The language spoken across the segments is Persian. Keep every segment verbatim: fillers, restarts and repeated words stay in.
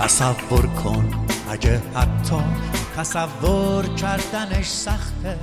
تصور کن اگه حتی تصور کردنش سخته.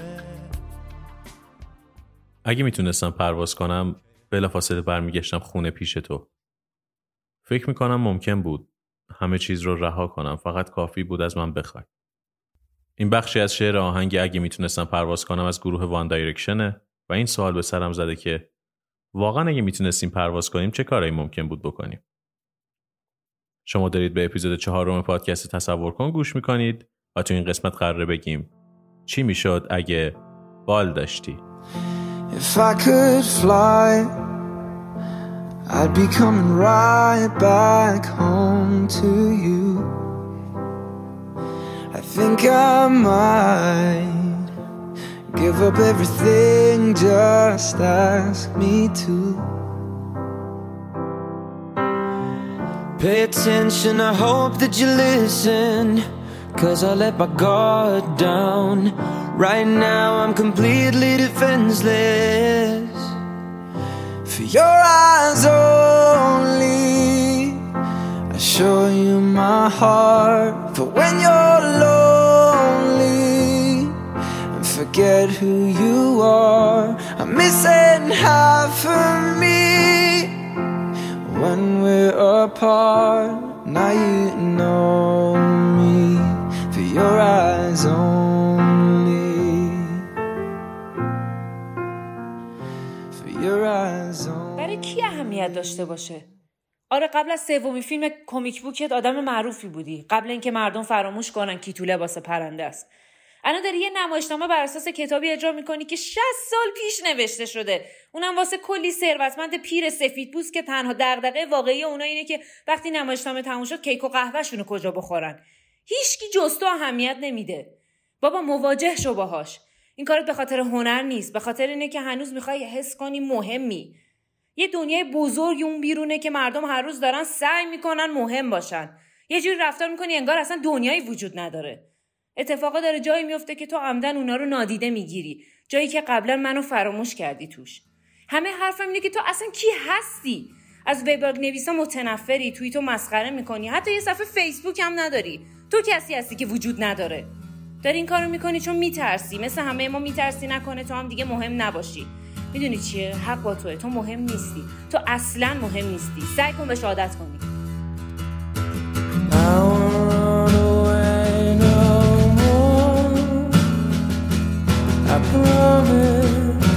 اگه میتونستم پرواز کنم بلافاصله برمیگشتم خونه پیش تو. فکر میکنم ممکن بود همه چیز رو رها کنم، فقط کافی بود از من بخوای. این بخشی از شعر آهنگ اگه میتونستم پرواز کنم از گروه وان دایرکشنه و این سوال به سرم زده که واقعا اگه میتونستیم پرواز کنیم چه کارایی ممکن بود بکنیم. شما دارید به اپیزود چهارم پادکست تصور کن گوش میکنید و تو این قسمت قراره بگیم چی میشد اگه بال داشتی. If I could fly, I'd be coming right back home to you. I think I might give up everything, just ask me to. Pay attention, I hope that you listen, 'cause I let my guard down. Right now I'm completely defenseless. For your eyes only, I show you my heart. For when you're lonely and forget who you are, I'm missing half of me when we're apart. Now you know me. For your eyes only. For your eyes only. برای کی اهمیت داشته باشه؟ آره قبل از سومین فیلم کمیک بوکت آدم معروفی بودی، قبل اینکه مردم فراموش کنن کی تو لباس پرنده است. الان داری یه نمایشنامه بر اساس کتابی اجرا میکنی که شصت سال پیش نوشته شده، اونم واسه کلی ثروتمند پیر سفیدپوست که تنها دغدغه واقعی اونا اینه که وقتی نمایشنامه تموم شد کیک و قهوه‌شون رو کجا بخورن. هیچکی جز تو اهمیت نمیده. بابا مواجه شو باهاش. این کارت به خاطر هنر نیست، به خاطر اینه که هنوز میخوای حس کنی مهمی. یه دنیای بزرگ اون بیرونه که مردم هر روز دارن سعی میکنن مهم باشن. یه جوری رفتار میکنی انگار اصلا دنیایی وجود نداره. اتفاقا داره جایی میفته که تو عمدن اونا رو نادیده میگیری، جایی که قبلا منو فراموش کردی توش. همه حرفم اینه که تو اصلا کی هستی؟ از وبلاگ نویسا متنفری، توییتو مسخره میکنی، حتی یه صفحه فیسبوک هم نداری. تو کسی هستی که وجود نداره. داری این کارو میکنی چون میترسی، مثل همه ما میترسی نکنه تو هم دیگه مهم نباشی. میدونی چیه؟ حق با توئه، تو مهم نیستی. تو اصلا مهم نیستی. سعی کن بهش عادت کنی. I promise.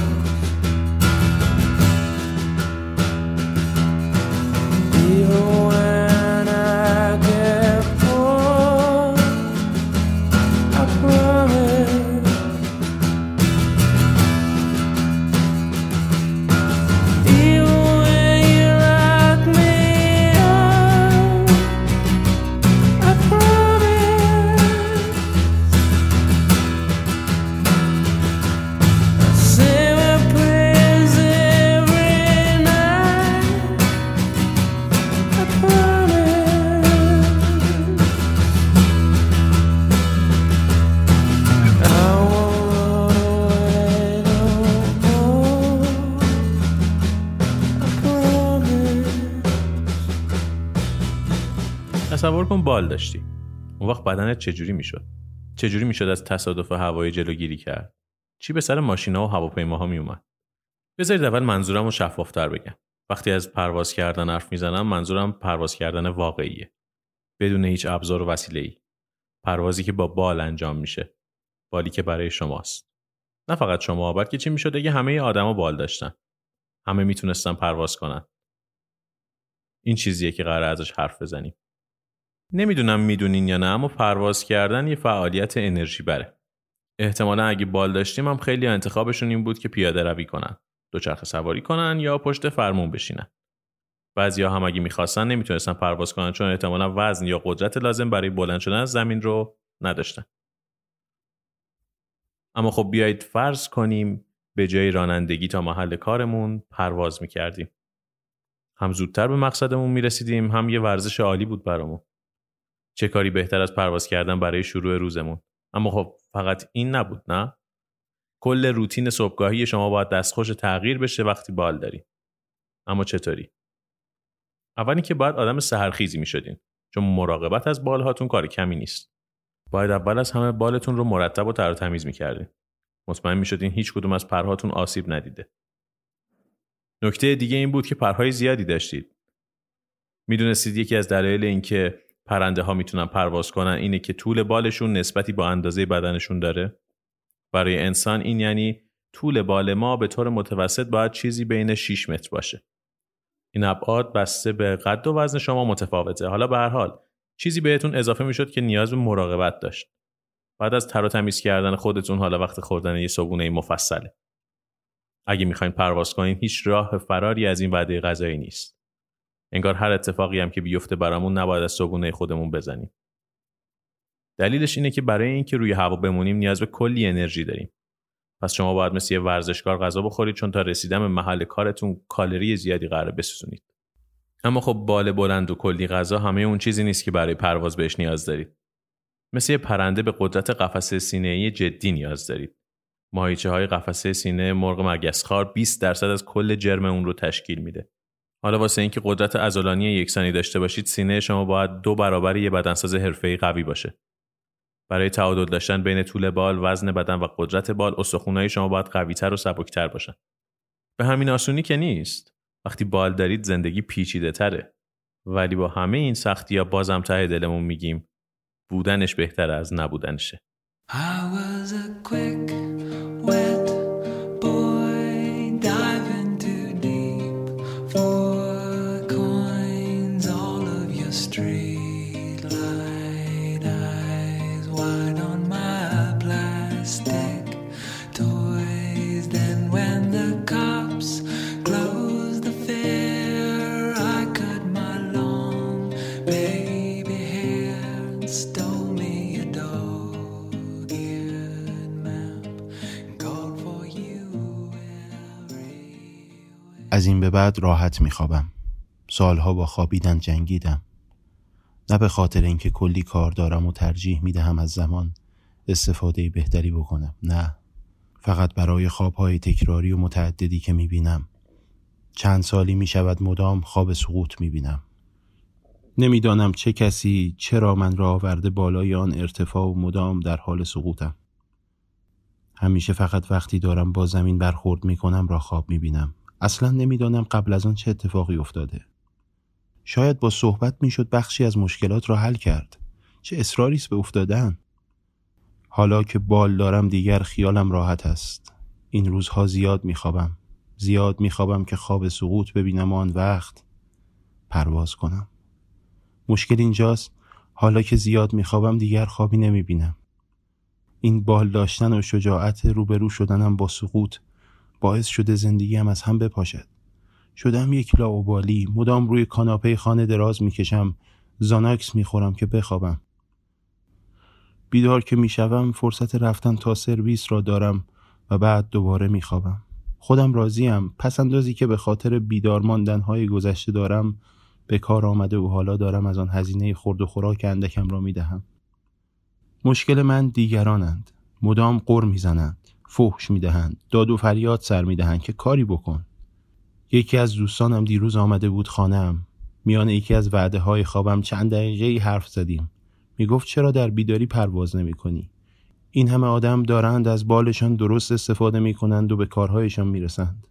Even when I get bored, I promise. Even when you lock me up, I promise. Say my prayers every night, I promise. I won't away no more, I promise. تصور کن بال داشتی. اون وقت بدنت چجوری میشد؟ چجوری میشد از تصادف هوایی جلوگیری کرد؟ چی به سر ماشینا و هواپیماها می اومد؟ بذارید اول منظورم رو شفافتر بگم. وقتی از پرواز کردن حرف میزنم منظورم پرواز کردن واقعیه. بدون هیچ ابزار و وسیله‌ای. پروازی که با بال انجام میشه. بالی که برای شماست. نه فقط شما، بلکه چی میشد اگه همه آدما بال داشتن؟ همه میتونستن پرواز کنن. این چیزیه که قراره ازش حرف بزنیم. نمیدونم میدونین یا نه، اما پرواز کردن یه فعالیت انرژی بره. احتمالا اگه بال داشتیم هم خیلی انتخابشون این بود که پیاده روی کنن، دوچرخه سواری کنن یا پشت فرمون بشینن. بعضیا هم اگه میخواستن نمیتونستن پرواز کنن چون احتمالا وزن یا قدرت لازم برای بلند شدن از زمین رو نداشتن. اما خب بیایید فرض کنیم به جای رانندگی تا محل کارمون پرواز میکردیم. هم زودتر به مقصدمون میرسیدیم، هم یه ورزش عالی بود برامون. چه کاری بهتر از پرواز کردن برای شروع روزمون؟ اما خب فقط این نبود، نه؟ کل روتین صبحگاهی شما باید دستخوش تغییر بشه وقتی بال داری. اما چطوری؟ اولی که باید آدم سحرخیزی میشدین. چون مراقبت از بالهاتون کار کمی نیست. باید اول از همه بالتون رو مرتب و تر و تمیز می‌کردین. مطمئن می‌شدین هیچ کدوم از پرهاتون آسیب ندیده. نکته دیگه این بود که پرهای زیادی داشتید. میدونستید یکی از دلایل این که پرنده ها میتونن پرواز کنن اینه که طول بالشون نسبتی با اندازه بدنشون داره؟ برای انسان این یعنی طول بال ما به طور متوسط باید چیزی بین شش متر باشه. این ابعاد بسته به قد و وزن شما متفاوته. حالا به هر حال چیزی بهتون اضافه میشد که نیاز به مراقبت داشت. بعد از تر و تمیز کردن خودتون حالا وقت خوردن یه صبحونه مفصله. اگه میخواین پرواز کنین هیچ راه فراری از این وعده غذایی نیست. انگار هر اتفاقی هم که بیفته برامون نباید از صبحونه خودمون بزنیم. دلیلش اینه که برای اینکه روی هوا بمونیم نیاز به کلی انرژی داریم. پس شما باید مثل یه ورزشکار غذا بخورید چون تا رسیدن به محل کارتون کالری زیادی قراره بسوزونید. اما خب بال بلند و کلی غذا همه اون چیزی نیست که برای پرواز بهش نیاز دارید. مثل یه پرنده به قدرت قفسه سینه‌ای جدی نیاز دارید. ماهیچه‌های قفسه سینه مرغ مگسخوار بیست درصد از کل جرم اون رو تشکیل میده. حالا واسه اینکه قدرت عضلانی یکسانی داشته باشید سینه شما باید دو برابر یه بدنساز حرفه‌ای قوی باشه. برای تعادل داشتن بین طول بال، وزن بدن و قدرت بال استخوان‌های شما باید قوی‌تر و سبک‌تر باشن. به همین آسونی که نیست. وقتی بال دارید زندگی پیچیده‌تره. ولی با همه این سختی‌ها بازم ته دلمون میگیم بودنش بهتره از نبودنشه. I was a quick, wet boy diving too deep for coins. All of your street light eyes wide on my plastic toys. Then when the cops closed the fair, I cut my long baby hair and stole me a dog-eared map and called for you everywhere. از این به بعد راحت میخوابم. سالها با خوابیدن جنگیدم. نه به خاطر اینکه کلی کار دارم و ترجیح میدهم از زمان استفاده بهتری بکنم. نه. فقط برای خوابهای تکراری و متعددی که میبینم. چند سالی میشود مدام خواب سقوط میبینم. نمیدانم چه کسی چرا من را آورده بالای آن ارتفاع و مدام در حال سقوطم. همیشه فقط وقتی دارم با زمین برخورد میکنم را خواب میبینم. اصلا نمیدانم قبل از آن چه اتفاقی افتاده. شاید با صحبت میشد بخشی از مشکلات را حل کرد. چه اصراری است به افتادن. حالا که بال دارم دیگر خیالم راحت است. این روزها زیاد میخوابم. زیاد میخوابم که خواب سقوط ببینم و آن وقت پرواز کنم. مشکل اینجاست حالا که زیاد میخوابم دیگر خوابی نمیبینم. این بال داشتن و شجاعت روبرو شدنم با سقوط باعث شده زندگیم از هم بپاشد. شدم یک لاابالی، مدام روی کاناپه خانه دراز میکشم، زاناکس میخورم که بخوابم. بیدار که میشوم فرصت رفتن تا سرویس را دارم و بعد دوباره میخوابم. خودم راضیم. پس اندازی که به خاطر بیدار ماندنهای گذشته دارم به کار آمده و حالا دارم از آن هزینه خورد و خوراک اندکم را میدهم. مشکل من دیگرانند. مدام غر میزنند، فحش میدهند، داد و فریاد سر میدهند که کاری بکن. یکی از دوستانم دیروز آمده بود خانه‌ام. میان یکی از وعده های خوابم چند دقیقه‌ای حرف زدیم. میگفت چرا در بیداری پرواز نمی‌کنی؟ این همه آدم دارند از بالشان درست استفاده می‌کنند و به کارهایشان میرسند.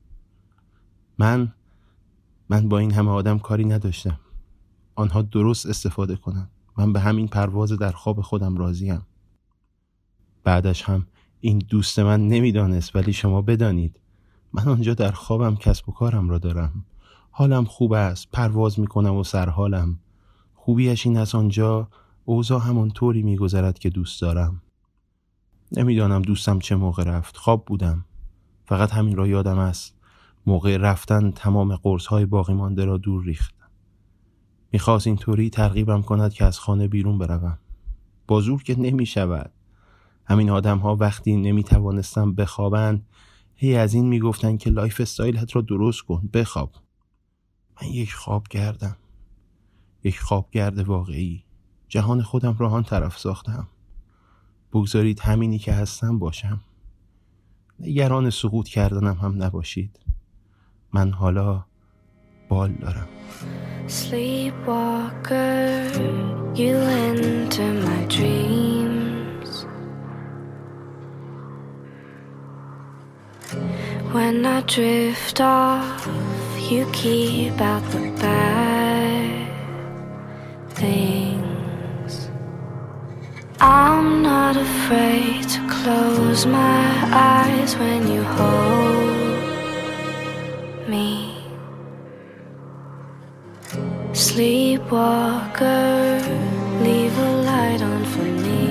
من من با این همه آدم کاری نداشتم. آنها درست استفاده کنند. من به همین پرواز در خواب خودم راضیم. بعدش هم این دوست من نمیدانست، ولی شما بدانید من آنجا در خوابم کسب و کارم را دارم. حالم خوب است، پرواز میکنم و سرحالم. خوبیش این است آنجا اوضاع همون طوری میگذرد که دوست دارم. نمیدانم دوستم چه موقع رفت. خواب بودم. فقط همین را یادم است. موقع رفتن تمام قرص‌های باقی مانده را دور ریخت. میخواست این طوری ترغیبم کند که از خانه بیرون بروم. با زور که نمیشود. همین آدم ها وقتی نمیتوانستم بخوابند هی از این میگفتن که لایف استایلت را درست کن، بخواب. من یک خواب گردم. یک خواب گرد واقعی. جهان خودم را آن طرف ساختم. بگذارید همینی که هستم باشم. نگران سقوط کردنم هم نباشید. من حالا بال دارم. Sleepwalker, you enter my dreams. When I drift off, you keep out the bad things. I'm not afraid to close my eyes when you hold me. Sleepwalker, leave a light on for me.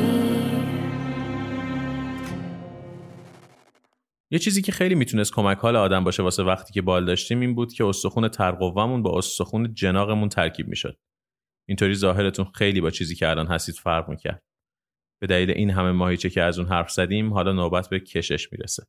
یه چیزی که خیلی میتونست کمک حال آدم باشه واسه وقتی که بال داشتیم این بود که استخون ترقوه‌مون با استخون جناقمون ترکیب میشد. اینطوری ظاهرتون خیلی با چیزی که الان هستید فرق میکرد. به دلیل این همه ماهیچه که از اون حرف زدیم حالا نوبت به کشش میرسه.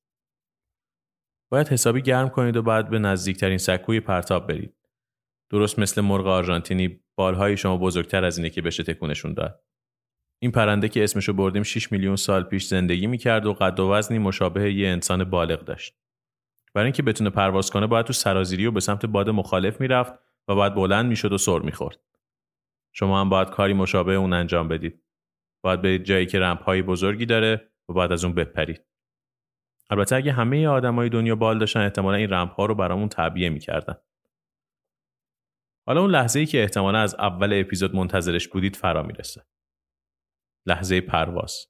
باید حسابی گرم کنید و بعد به نزدیکترین سکوی پرتاب برید. درست مثل مرغ آرژانتینی بالهای شما بزرگتر از اینه که بشه تکونشون داد. این پرنده که اسمشو بردیم شش میلیون سال پیش زندگی میکرد و قد و وزنی مشابه یه انسان بالغ داشت. برای اینکه بتونه پرواز کنه باید تو سرازیری و به سمت باد مخالف میرفت و بعد بلند میشد و سر میخورد. شما هم باید کاری مشابه اون انجام بدید. باید برید جایی که رمپ‌های بزرگی داره و بعد از اون بپرید. البته اگه همه آدمای دنیا بال داشتن احتمالاً این رمپ‌ها رو برامون تعبیه میکردن. حالا اون لحظه‌ای که احتمالاً از اول اپیزود منتظرش بودید فرا میرسه. لحظه پرواز.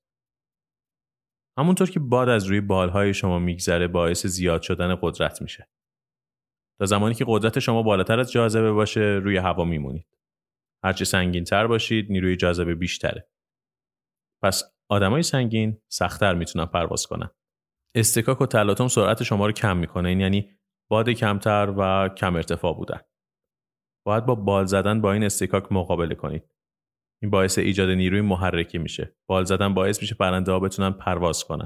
همونطور که باد از روی بالهای شما میگذره باعث زیاد شدن قدرت میشه. تا زمانی که قدرت شما بالاتر از جاذبه باشه روی هوا میمونید. هرچه سنگین‌تر باشید نیروی جاذبه بیشتره. پس آدمای سنگین سخت‌تر میتونن پرواز کنن. استکاک و تلاطم سرعت شما رو کم میکنه. این یعنی باد کمتر و کم ارتفاع بودن. باید با بال زدن با این استکاک مقابله کنید. این باعث ایجاد نیروی محرکی میشه. بال زدن باعث میشه پرنده‌ها بتونن پرواز کنن.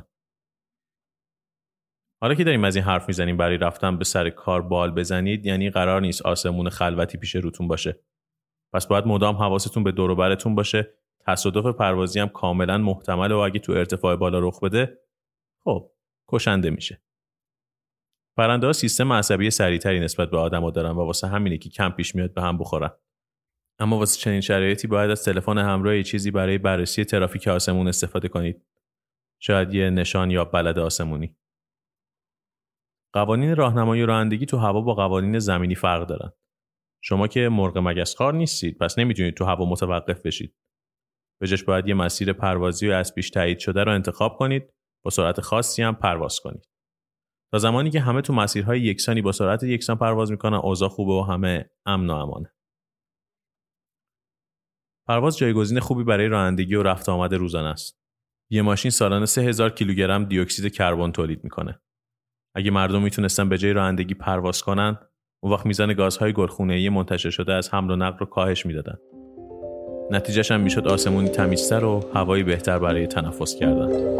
حالا که داریم از این حرف میزنیم برای رفتن به سر کار بال بزنید یعنی قرار نیست آسمون خلوتی پیش روتون باشه. پس باید مدام حواستون به دور و برتون باشه. تصادف پروازی هم کاملا محتمله و اگه تو ارتفاع بالا رخ بده خب کشنده میشه. پرنده‌ها سیستم عصبی سریعتری نسبت به آدم‌ها دارن و واسه همینه که کم پیش میاد به هم بخورن. اما واسه چنین شرایطی باید از تلفن همراه چیزی برای بررسی ترافیک آسمون استفاده کنید. شاید یه نشان یا بلد آسمونی. قوانین راهنمایی و رانندگی تو هوا با قوانین زمینی فرق دارن. شما که مرغ مگسخوار نیستید پس نمیتونید تو هوا متوقف بشید. به جاش باید یه مسیر پروازی و از پیش تایید شده رو انتخاب کنید، با سرعت خاصی هم پرواز کنید. تا زمانی که همه تو مسیرهای یکسانی با سرعت یکسان پرواز میکنن اوضاع خوبه و همه امن و امانه. پرواز جایگزین خوبی برای رانندگی و رفت آمد روزانه است. یه ماشین سالانه سه هزار کیلوگرم دی اکسید کربن تولید میکنه. اگه مردم میتونستن به جای رانندگی پرواز کنن، اون وقت میزان گازهای گلخونه‌ای منتشر شده از حمل و نقل رو کاهش میدادن. نتیجهش هم میشد آسمونی تمیزتر و هوایی بهتر برای تنفس کردن.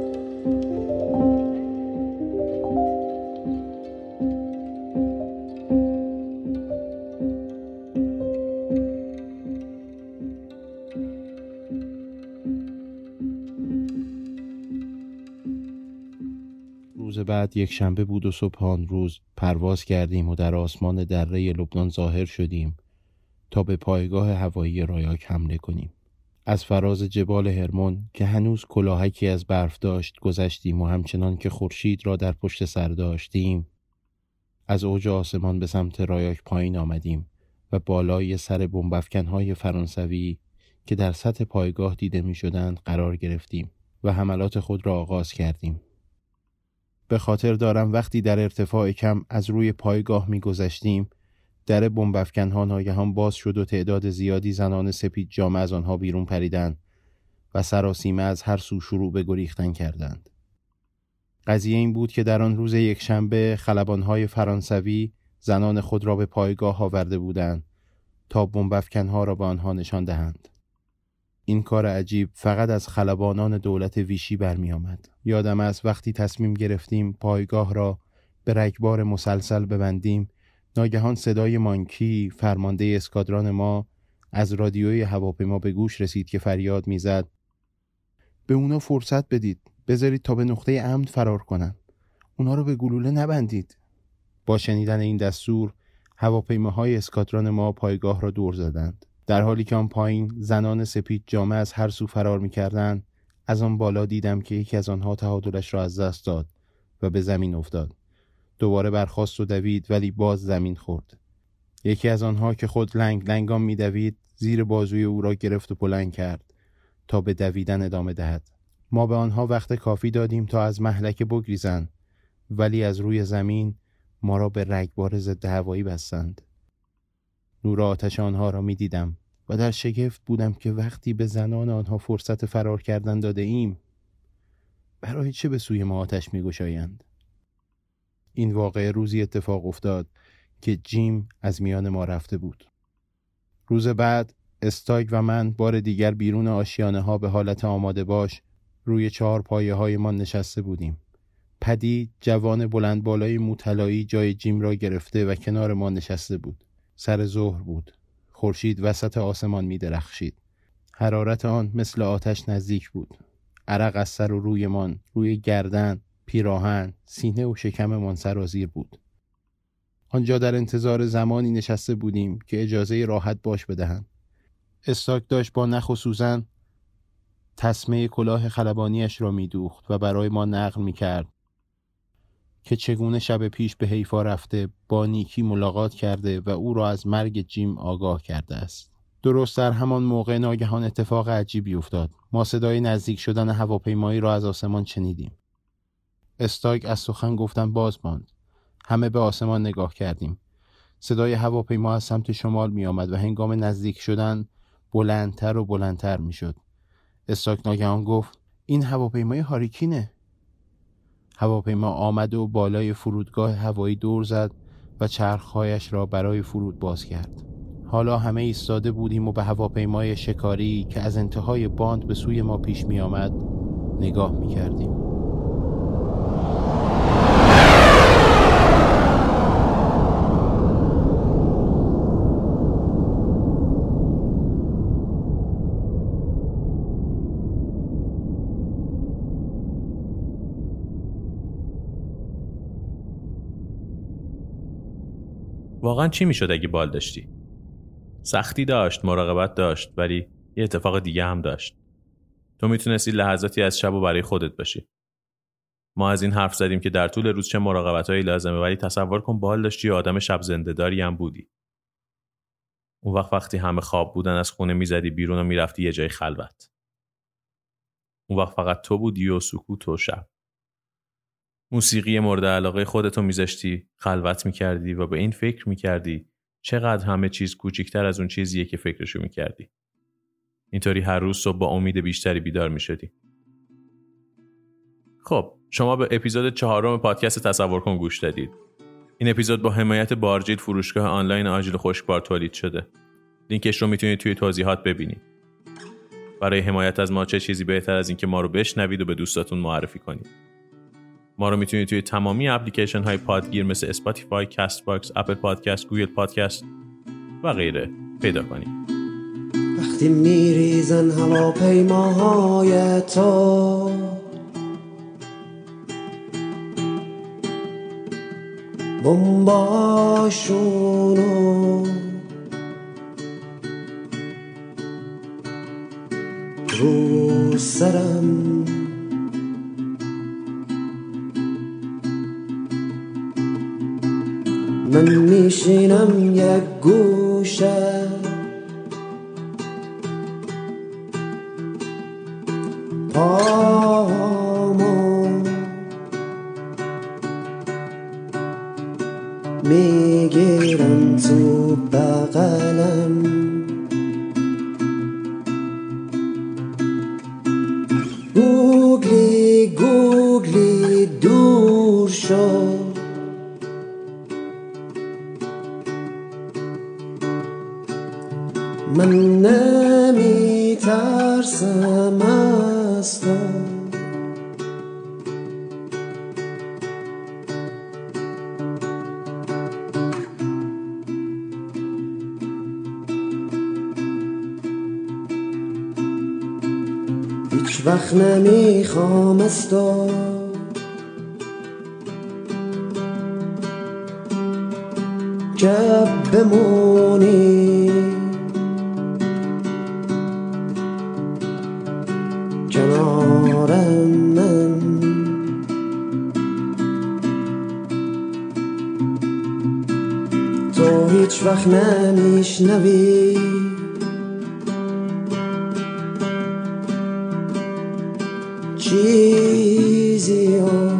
روز بعد یک شنبه بود و صبحان روز پرواز کردیم و در آسمان دره لبنان ظاهر شدیم تا به پایگاه هوایی رایاک حمله کنیم. از فراز جبال هرمون که هنوز کلاهکی از برف داشت گذشتیم و همچنان که خورشید را در پشت سر داشتیم از اوج آسمان به سمت رایاک پایین آمدیم و بالای سر بمب‌افکن‌های فرانسوی که در سطح پایگاه دیده می‌شدند قرار گرفتیم و حملات خود را آغاز کردیم. به خاطر دارم وقتی در ارتفاع کم از روی پایگاه می‌گذشتیم در بمب‌افکن‌ها ناگهان باز شد و تعداد زیادی زنان سپید جامه از آنها بیرون پریدند و سراسیمه از هر سو شروع به گریختن کردند. قضیه این بود که در آن روز یک شنبه خلبان‌های فرانسوی زنان خود را به پایگاه آورده بودند تا بمب‌افکن‌ها را به آنها نشان دهند. این کار عجیب فقط از خلبانان دولت ویشی برمی آمد. یادم است وقتی تصمیم گرفتیم پایگاه را به رگبار مسلسل ببندیم ناگهان صدای مانکی فرمانده اسکادران ما از رادیوی هواپیما به گوش رسید که فریاد میزد به اونا فرصت بدید، بذارید تا به نقطه امن فرار کنن، اونا رو به گلوله نبندید. با شنیدن این دستور هواپیماهای اسکادران ما پایگاه را دور زدند. در حالی که آن پایین زنان سپید جامه از هر سو فرار می‌کردند، از آن بالا دیدم که یکی از آنها تعادلش را از دست داد و به زمین افتاد. دوباره برخاست و دوید، ولی باز زمین خورد. یکی از آنها که خود لنگ لنگان می‌دوید، زیر بازوی او را گرفت و بلند کرد تا به دویدن ادامه دهد. ما به آنها وقت کافی دادیم تا از مهلک بگریزند، ولی از روی زمین ما را به رگبار ضد هوایی بستند. نور آتش آنها را می دیدم و در شگفت بودم که وقتی به زنان آنها فرصت فرار کردن داده ایم، برای چه به سوی ما آتش می گشایند؟ این واقعه روزی اتفاق افتاد که جیم از میان ما رفته بود. روز بعد استاگ و من بار دیگر بیرون آشیانه ها به حالت آماده باش روی چهار پایه های ما نشسته بودیم. پدی جوان بلند بالای موطلایی جای جیم را گرفته و کنار ما نشسته بود. سر ظهر بود. خورشید وسط آسمان می درخشید. حرارت آن مثل آتش نزدیک بود. عرق از سر و رویمان، روی گردن، پیراهن، سینه و شکممان سرازیر بود. آنجا در انتظار زمانی نشسته بودیم که اجازه راحت باش بدهند. استاک داشت با نخ و سوزن تسمه کلاه خلبانیش را می دوخت و برای ما نقل می کرد که چگونه شب پیش به حیفا رفته، با نیکی ملاقات کرده و او را از مرگ جیم آگاه کرده است. درست در همان موقع ناگهان اتفاق عجیبی افتاد. ما صدای نزدیک شدن هواپیمایی را از آسمان شنیدیم. استاگ از سخن گفتن باز ماند. همه به آسمان نگاه کردیم. صدای هواپیما از سمت شمال می آمد و هنگام نزدیک شدن بلندتر و بلندتر می شد. استاک ناگهان گفت این هواپیمای هاریکینه. هواپیما آمد و بالای فرودگاه هوایی دور زد و چرخهایش را برای فرود باز کرد. حالا همه ایستاده بودیم و به هواپیمای شکاری که از انتهای باند به سوی ما پیش می آمد نگاه می کردیم. واقعا چی میشد اگه بال داشتی؟ سختی داشت، مراقبت داشت، ولی یه اتفاق دیگه هم داشت. تو میتونستی لحظاتی از شب و برای خودت باشی. ما از این حرف زدیم که در طول روز چه مراقبتایی لازمه، ولی تصور کن بال داشتی و آدم شب زنده داری هم بودی. اون وقت وقتی همه خواب بودن از خونه میزدی بیرون و میرفتی یه جای خلوت. اون وقت فقط تو بودی و سکوت و شب. موسیقی مورد علاقه خودتو میذاشتی، خلوت میکردی و به این فکر میکردی چقدر همه چیز کوچیکتر از اون چیزیه که فکرشو میکردی. اینطوری هر روز صبح با امید بیشتری بیدار میشدی. خب شما به اپیزود چهارم پادکست تصور کن گوش دادید. این اپیزود با حمایت بارجید فروشگاه آنلاین آجیل خشکبار تولید شده. لینکش رو میتونید توی توضیحات ببینید. برای حمایت از ما چه چیزی بهتر از این که ما رو بشنوید و به دوستاتون معرفی کنید. ما رو میتونید توی تمامی اپلیکیشن های پادگیر مثل اسپاتیفای، کست باکس، اپل پادکست، گوگل پادکست و غیره پیدا کنید. وقتی میریزن هواپیماهای تو بمباشونو رو سرم من میشینم یک گوشه پامو میگیرم تو بغلم گوگلی گوگلی دور شو من نمی ترسم از تو هیچ وقت نمی خوام از تو که بمونی کنار من. تو هیچ وقت نمیشنوی چیزی ها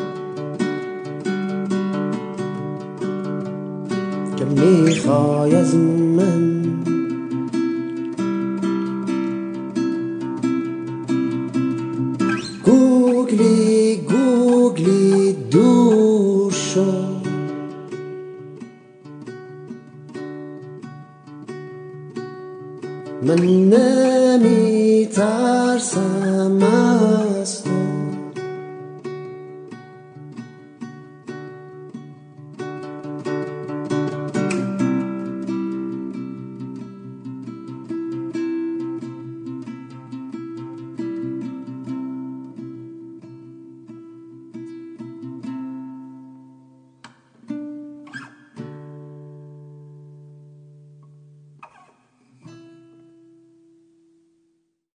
که میخوای از من. گوگلی